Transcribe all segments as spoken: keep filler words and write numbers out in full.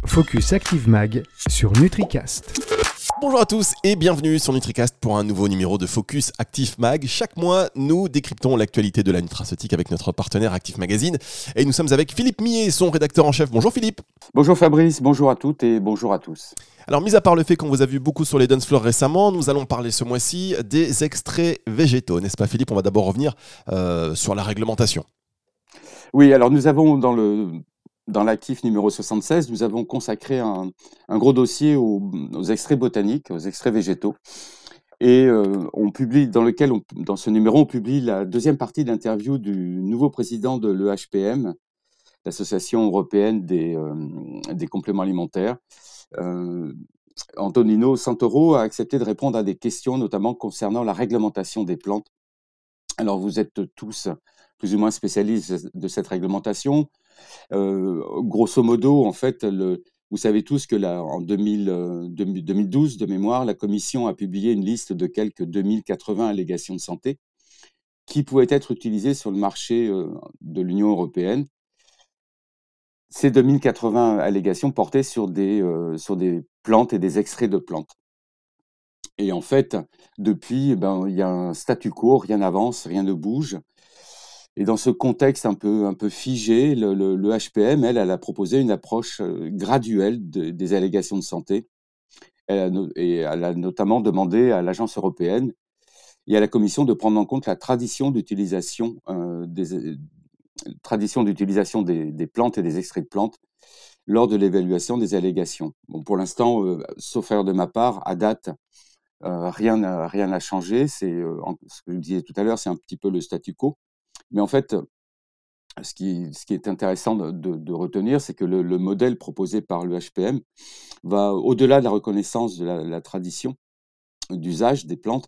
Focus Active Mag sur NutriCast. Bonjour à tous et bienvenue sur NutriCast pour un nouveau numéro de Focus Active Mag. Chaque mois, nous décryptons l'actualité de la nutraceutique avec notre partenaire Active Magazine. Et nous sommes avec Philippe Millet, son rédacteur en chef. Bonjour Philippe. Bonjour Fabrice, bonjour à toutes et bonjour à tous. Alors, mis à part le fait qu'on vous a vu beaucoup sur les dance floors récemment, nous allons parler ce mois-ci des extraits végétaux, n'est-ce pas Philippe? On va d'abord revenir euh, sur la réglementation. Oui, alors nous avons dans le... Dans l'actif numéro soixante-seize, nous avons consacré un, un gros dossier aux, aux extraits botaniques, aux extraits végétaux. Et euh, on publie, dans, lequel on, dans ce numéro, on publie la deuxième partie de l'interview du nouveau président de l'E H P M, l'Association européenne des, euh, des compléments alimentaires. Euh, Antonino Santoro a accepté de répondre à des questions, notamment concernant la réglementation des plantes. Alors, vous êtes tous plus ou moins spécialistes de cette réglementation. Euh, grosso modo, en fait, le, vous savez tous que là, en deux mille, euh, deux mille douze, de mémoire, la Commission a publié une liste de quelques deux mille quatre-vingts allégations de santé qui pouvaient être utilisées sur le marché euh, de l'Union européenne. Ces deux mille quatre-vingts allégations portaient sur des, euh, sur des plantes et des extraits de plantes. Et en fait, depuis, ben, il y a un statu quo, rien n'avance, rien ne bouge. Et dans ce contexte un peu, un peu figé, le, le, le H P M, elle, elle a proposé une approche graduelle de, des allégations de santé. Elle a, no- et elle a notamment demandé à l'Agence européenne et à la Commission de prendre en compte la tradition d'utilisation, euh, des, euh, tradition d'utilisation des, des plantes et des extraits de plantes lors de l'évaluation des allégations. Bon, pour l'instant, euh, sauf erreur de ma part, à date, euh, rien n'a rien n'a changé. C'est, euh, en- ce que je disais tout à l'heure, c'est un petit peu le statu quo. Mais en fait, Ce qui, ce qui est intéressant de, de- de retenir, c'est que le, le modèle proposé par le H P M va au-delà de la reconnaissance de la, la tradition d'usage des plantes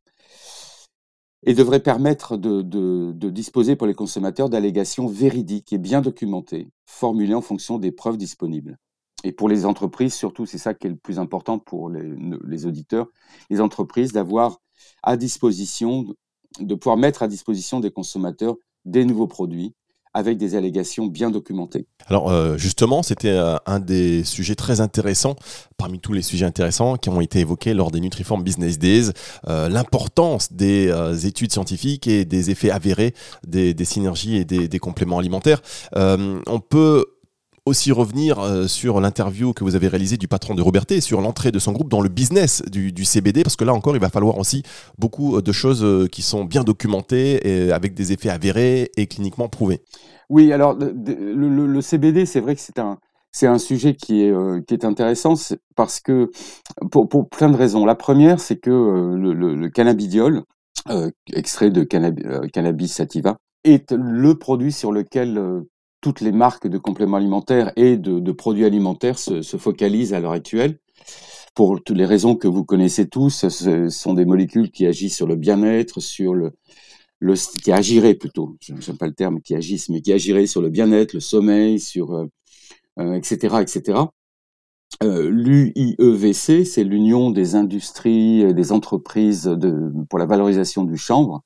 et devrait permettre de, de- de disposer pour les consommateurs d'allégations véridiques et bien documentées, formulées en fonction des preuves disponibles. Et pour les entreprises, surtout, c'est ça qui est le plus important pour les, les auditeurs, les entreprises, d'avoir à disposition, de pouvoir mettre à disposition des consommateurs des nouveaux produits avec des allégations bien documentées. Alors euh, justement, c'était euh, un des sujets très intéressants, parmi tous les sujets intéressants qui ont été évoqués lors des Nutriform Business Days, euh, l'importance des euh, études scientifiques et des effets avérés des, des synergies et des, des compléments alimentaires. Euh, on peut aussi revenir euh, sur l'interview que vous avez réalisée du patron de Robertet, sur l'entrée de son groupe dans le business du, du C B D, parce que là encore, il va falloir aussi beaucoup de choses euh, qui sont bien documentées, et avec des effets avérés et cliniquement prouvés. Oui, alors de- de- le, le- le C B D, c'est vrai que c'est un, c'est un sujet qui est, euh, qui est intéressant c'est parce que, pour, pour plein de raisons. La première, c'est que euh, le, le- le cannabidiol, euh, extrait de cannab- euh, cannabis sativa, est le produit sur lequel euh, toutes les marques de compléments alimentaires et de, de produits alimentaires se, se focalisent à l'heure actuelle. Pour toutes les raisons que vous connaissez tous, ce sont des molécules qui agissent sur le bien-être, sur le, le, qui agiraient plutôt, je n'aime pas le terme qui agissent, mais qui agiraient sur le bien-être, le sommeil, sur, euh, euh, et cetera, et cetera. Euh, L'U I E V C, c'est l'Union des industries, et des entreprises de, pour la valorisation du chanvre,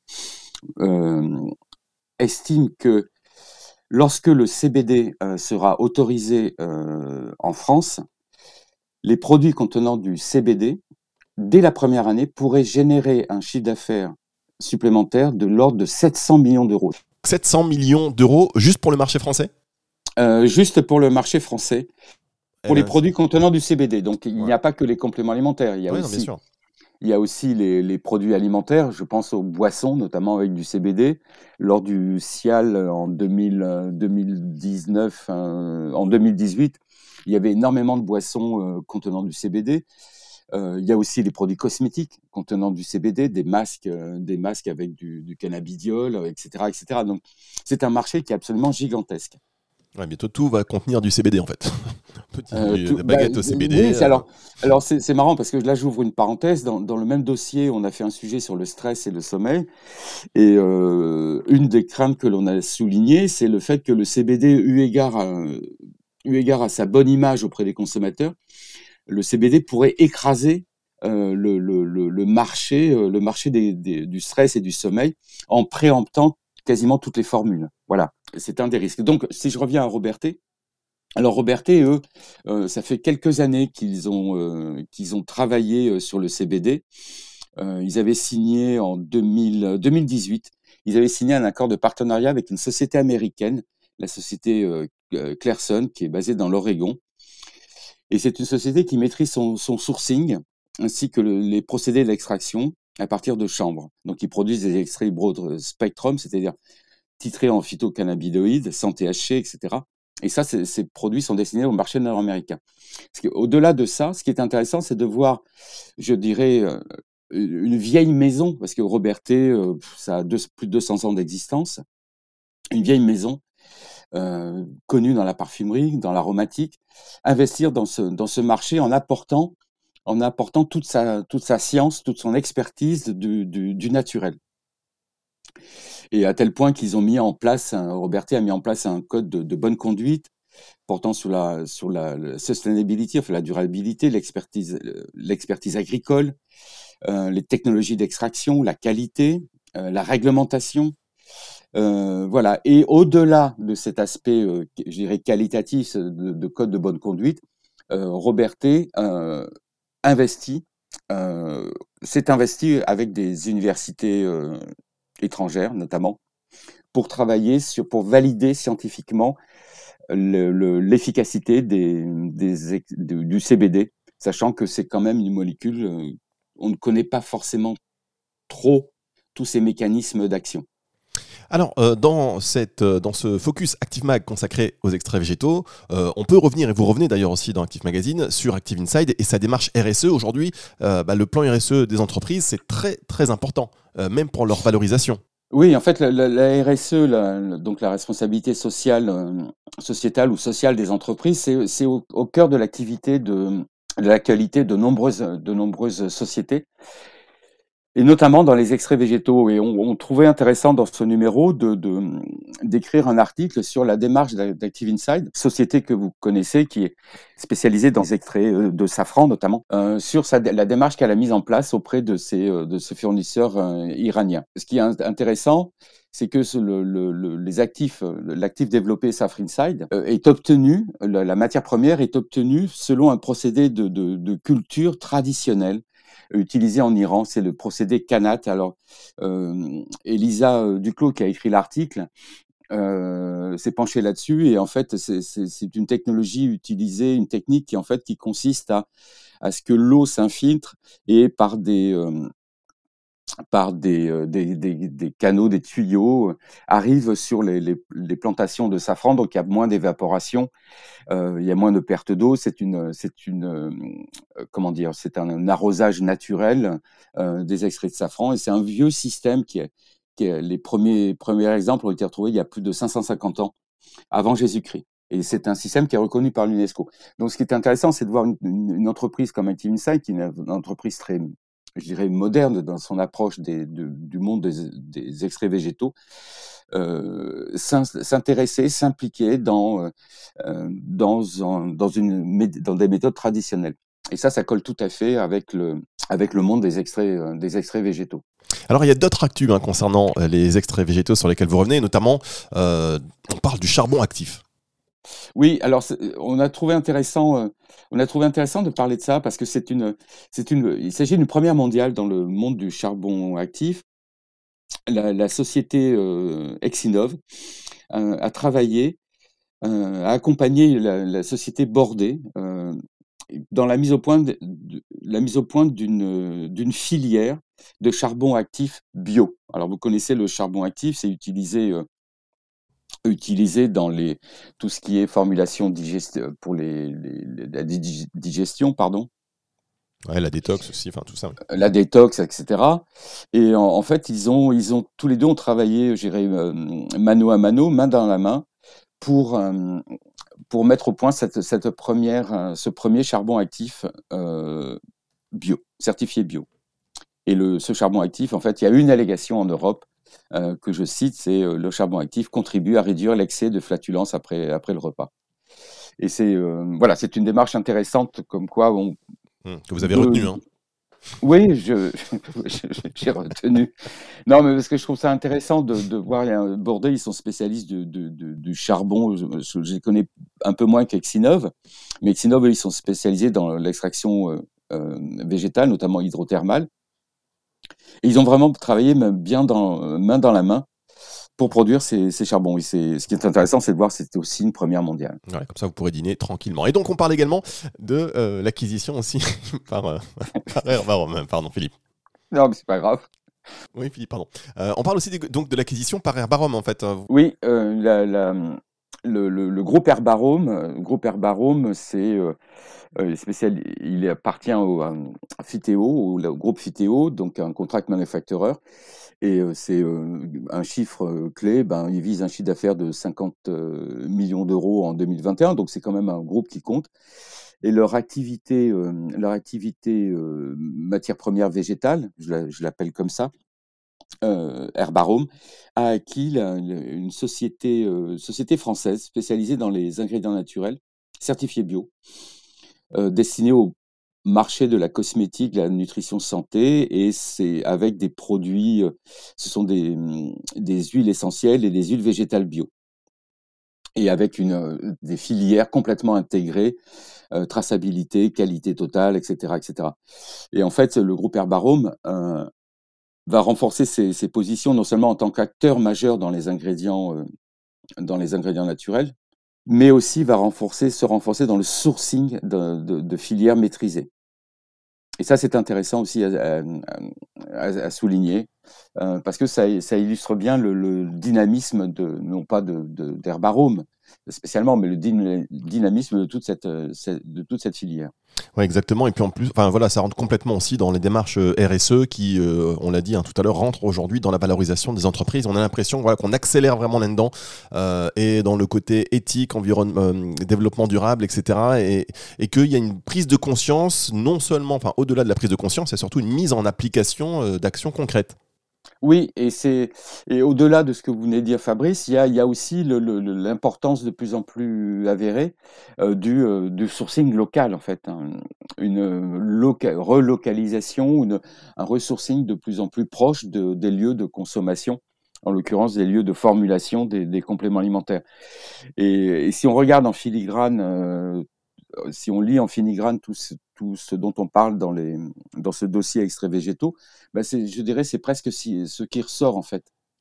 euh, estime que lorsque le C B D euh, sera autorisé euh, en France, les produits contenant du C B D, dès la première année, pourraient générer un chiffre d'affaires supplémentaire de l'ordre de sept cents millions d'euros. sept cents millions d'euros juste pour le marché français? Euh, juste pour le marché français, Eh pour les ben, produits contenant du C B D. Donc, il n'y ouais. a pas que les compléments alimentaires. Il y a Ouais, non, bien aussi, sûr. il y a aussi les, les produits alimentaires. Je pense aux boissons, notamment avec du C B D. Lors du Cial en deux mille, euh, deux mille dix-neuf, euh, en deux mille dix-huit, il y avait énormément de boissons euh, contenant du C B D. Euh, il y a aussi les produits cosmétiques contenant du C B D, des masques, euh, des masques avec du, du cannabidiol, euh, et cetera, et cetera. Donc, c'est un marché qui est absolument gigantesque. Ouais, bientôt tout va contenir du C B D en fait. Petit Euh, tout, la bah, baguette au C B D. oui, c'est euh, alors, alors c'est, c'est marrant parce que là j'ouvre une parenthèse. Dans, dans le même dossier, on a fait un sujet sur le stress et le sommeil. Et euh, une des craintes que l'on a soulignées, c'est le fait que le C B D, eu égard à, eu égard à sa bonne image auprès des consommateurs, le C B D pourrait écraser euh, le, le, le, le marché, euh, le marché des, des- du stress et du sommeil en préemptant quasiment toutes les formules. Voilà, c'est un des risques. Donc, si je reviens à Robertet, Alors Robertet, eux, euh, ça fait quelques années qu'ils ont, euh, qu'ils ont travaillé euh, sur le C B D. Euh, ils avaient signé en deux mille, deux mille dix-huit, ils avaient signé un accord de partenariat avec une société américaine, la société euh, euh, Clearson, qui est basée dans l'Oregon. Et c'est une société qui maîtrise son, son sourcing ainsi que le- les procédés d'extraction à partir de chanvre. Donc, ils produisent des extraits broad spectrum, c'est-à-dire titrés en phytocannabinoïdes, sans T H C, et cetera. Et ça, c'est- ces produits sont destinés au marché nord-américain. Parce que, au-delà de ça, ce qui est intéressant, c'est de voir, je dirais, euh, une vieille maison, parce que Robertet, euh, ça a deux- plus de deux cents ans d'existence, une vieille maison euh, connue dans la parfumerie, dans l'aromatique, investir dans ce, dans ce marché en apportant, en apportant toute sa, toute sa science, toute son expertise du, du, du naturel. Et à tel point qu'ils ont mis en place, un- Robertet a mis en place un code de, de bonne conduite portant sur la, sur la, la sustainability, enfin la durabilité, l'expertise, euh, l'expertise agricole, euh, les technologies d'extraction, la qualité, euh, la réglementation. Euh, voilà. Et au-delà de cet aspect, euh, je dirais, qualitatif de, de code de bonne conduite, euh, Robertet euh, investit, euh, s'est investi avec des universités euh, étrangères, notamment, pour travailler sur, pour valider scientifiquement le- le- l'efficacité des, des ex- du, du C B D, sachant que c'est quand même une molécule, euh, on ne connaît pas forcément trop tous ces mécanismes d'action. Alors, euh, dans, cette, euh, dans ce focus ActiveMag consacré aux extraits végétaux, euh, on peut revenir, et vous revenez d'ailleurs aussi dans Active Magazine, sur Active Inside et sa démarche R S E. Aujourd'hui, euh, bah, le plan R S E des entreprises, c'est très très important, euh, même pour leur valorisation. Oui, en fait, la, la- la R S E, la- la- donc la responsabilité sociale, euh, sociétale ou sociale des entreprises, c'est, c'est au, au cœur de l'activité de, de l'actualité de nombreuses, de nombreuses sociétés. Et notamment dans les extraits végétaux. Et on, on trouvait intéressant dans ce numéro de, de, d'écrire un article sur la démarche d'Active Inside, société que vous connaissez, qui est spécialisée dans les extraits euh, de safran notamment, euh, sur sa, la démarche qu'elle a mise en place auprès de ses, euh, de ses fournisseurs euh, iraniens. Ce qui est intéressant, c'est que ce, le, le, le, les actifs, l'actif développé Safran Inside euh, est obtenu, la, la matière première est obtenue selon un procédé de, de, de culture traditionnelle utilisé en Iran, c'est le procédé Kanat. Alors, euh, Elisa euh, Duclos, qui a écrit l'article, euh, s'est penchée là-dessus et en fait, c'est, c'est, c'est une technologie utilisée, une technique qui en fait qui consiste à, à ce que l'eau s'infiltre et par des euh, par des, euh, des, des, des canaux, des tuyaux, euh, arrive sur les, les, les plantations de safran, donc il y a moins d'évaporation, euh, il y a moins de perte d'eau. C'est une, c'est une, euh, comment dire, c'est un arrosage naturel euh, des extraits de safran et c'est un vieux système qui est, qui est, les premiers, premiers exemples ont été retrouvés il y a plus de cinq cent cinquante ans avant Jésus-Christ. Et c'est un système qui est reconnu par l'UNESCO. Donc, ce qui est intéressant, c'est de voir une, une, une entreprise comme Active Insight, qui est une entreprise très, je dirais, moderne dans son approche des, de, du monde des, des extraits végétaux, euh, s'intéresser, s'impliquer dans, euh, dans, un, dans, une, dans des méthodes traditionnelles. Et ça, ça colle tout à fait avec le, avec le monde des extraits, des extraits végétaux. Alors, il y a d'autres actus hein, concernant les extraits végétaux sur lesquels vous revenez, notamment, euh, on parle du charbon actif. Oui, alors on a trouvé intéressant, euh, on a trouvé intéressant de parler de ça parce que c'est une, c'est une, il s'agit d'une première mondiale dans le monde du charbon actif. La, la société euh, Exinov euh, a travaillé, euh, a accompagné la, la société Bordé euh, dans la mise au point, de, de- la mise au point d'une d'une filière de charbon actif bio. Alors vous connaissez le charbon actif, c'est utilisé euh, utilisé dans les, tout ce qui est formulation digest, pour les, les- les- la dig- digestion, pardon, Ouais, la détox aussi, enfin tout ça. Oui. la détox, et cetera. Et en, en fait, ils ont, ils ont tous les deux ont travaillé, je dirais, euh, mano à mano, main dans la main, pour, euh, pour mettre au point cette, cette première, euh, ce premier charbon actif euh, bio, certifié bio. Et le, ce charbon actif, en fait, il y a une allégation en Europe euh, que je cite, c'est euh, le charbon actif contribue à réduire l'excès de flatulence après, après le repas. Et c'est euh, voilà, c'est une démarche intéressante, comme quoi on Hum, que vous avez de, retenu. Hein. Oui, je, je- je- j'ai retenu. Non, mais parce que je trouve ça intéressant de, de voir. Il y a un- Bordeaux, ils sont spécialistes de, de- de- du charbon. Je, je- je les connais un peu moins qu'Exinov, mais Exinov, eux, ils sont spécialisés dans l'extraction euh, euh, végétale, notamment hydrothermale. Et ils ont vraiment travaillé même bien dans, euh, main dans la main pour produire ces, ces charbons. Et c'est, ce qui est intéressant, c'est de voir que c'était aussi une première mondiale. Ouais, comme ça, vous pourrez dîner tranquillement. Et donc, on parle également de euh, l'acquisition aussi par, euh, par Herbarom. Pardon, Philippe. Non, mais c'est pas grave. Oui, Philippe, pardon. Euh, on parle aussi des- donc de l'acquisition par Herbarom, en fait. hein. Oui, euh, la- la- le, le- le groupe Herbarom, euh, le groupe Herbarom, c'est euh, euh, spécial, il appartient au euh, Fiteo, au, au groupe Fiteo, donc un contract manufacturer, et euh, c'est euh, un chiffre euh, clé. Ben, il vise un chiffre d'affaires de cinquante euh, millions d'euros en deux mille vingt et un, donc c'est quand même un groupe qui compte. Et leur activité, euh, leur activité euh, matière première végétale, je la- je l'appelle comme ça, euh, Herbarom, a acquis la- la- une société, euh, société française spécialisée dans les ingrédients naturels, certifiés bio, euh, destinée au marché de la cosmétique, de la nutrition santé, et c'est avec des produits, euh, ce sont des, hum, des huiles essentielles et des huiles végétales bio, et avec une, euh, des filières complètement intégrées, euh, traçabilité, qualité totale, et cetera, et cetera. Et en fait, le groupe Herbarom euh, va renforcer ses, ses positions non seulement en tant qu'acteur majeur dans les ingrédients, euh, dans les ingrédients naturels, mais aussi va renforcer, se renforcer dans le sourcing de, de, de filières maîtrisées. Et ça, c'est intéressant aussi à, à- à- à souligner, euh, parce que ça, ça illustre bien le, le dynamisme de, non pas de, de, d'Herbarom spécialement, mais le dyna- dynamisme de toute cette, euh, cette- de toute cette filière. Ouais, exactement. Et puis en plus, enfin voilà, ça rentre complètement aussi dans les démarches euh, R S E qui, euh, on l'a dit hein, tout à l'heure, rentrent aujourd'hui dans la valorisation des entreprises. On a l'impression voilà, qu'on accélère vraiment là-dedans euh, et dans le côté éthique, environnement, euh, développement durable, et cetera. Et, et qu'il y a une prise de conscience, non seulement, enfin au-delà de la prise de conscience, c'est surtout une mise en application euh, d'actions concrètes. Oui, et c'est et au-delà de ce que vous venez de dire, Fabrice, il y a, il y a aussi le- le- le- l'importance de plus en plus avérée euh, du, euh, du sourcing local, en fait, hein. Une euh, loca- relocalisation, une, un resourcing de plus en plus proche de- des lieux de consommation, en l'occurrence des lieux de formulation des, des compléments alimentaires. Et, et si on regarde en filigrane, euh, si on lit en filigrane tout ce, tout ce dont on parle dans, les, dans ce dossier extraits végétaux, ben c'est, je dirais c'est presque si, ce qui ressort en fait.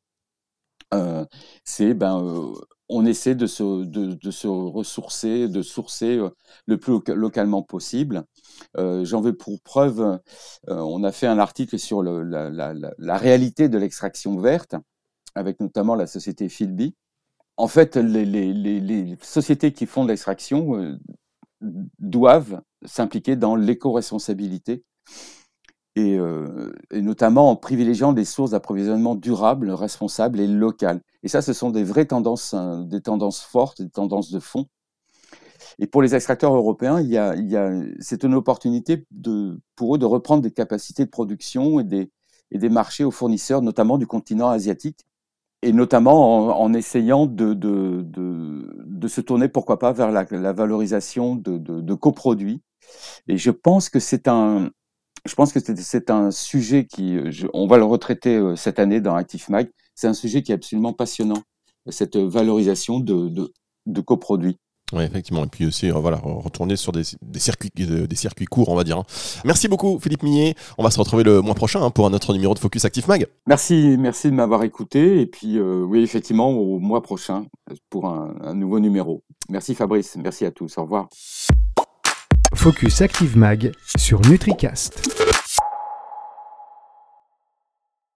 Euh, c'est ben euh, on essaie de se, de, de se ressourcer, de sourcer euh, le plus loca- localement possible. Euh, j'en veux pour preuve, euh, on a fait un article sur le, la, la, la, la réalité de l'extraction verte, avec notamment la société Philby. En fait, les, les, les, les sociétés qui font de l'extraction euh, doivent s'impliquer dans l'éco-responsabilité, et, euh, et notamment en privilégiant des sources d'approvisionnement durables, responsables et locales. Et ça, ce sont des vraies tendances, hein, des tendances fortes, des tendances de fond. Et pour les extracteurs européens, il y a, il y a, c'est une opportunité de, pour eux de reprendre des capacités de production et des, et des marchés aux fournisseurs, notamment du continent asiatique, et notamment en, en essayant de, de, de, de se tourner, pourquoi pas, vers la, la valorisation de, de, de coproduits. Et je pense que c'est un, je pense que c'est, c'est un sujet qui, je, on va le retraiter euh, cette année dans Active Mag. C'est un sujet qui est absolument passionnant, cette valorisation de, de, de coproduits. Oui, effectivement. Et puis aussi, euh, voilà, retourner sur des, des circuits, euh, des circuits courts, on va dire. hein. Merci beaucoup, Philippe Millet. On va se retrouver le mois prochain hein, pour un autre numéro de Focus Active Mag. Merci, merci de m'avoir écouté. Et puis, euh, oui, effectivement, au mois prochain pour un, un nouveau numéro. Merci Fabrice, merci à tous. Au revoir. Focus Active Mag sur NutriCast.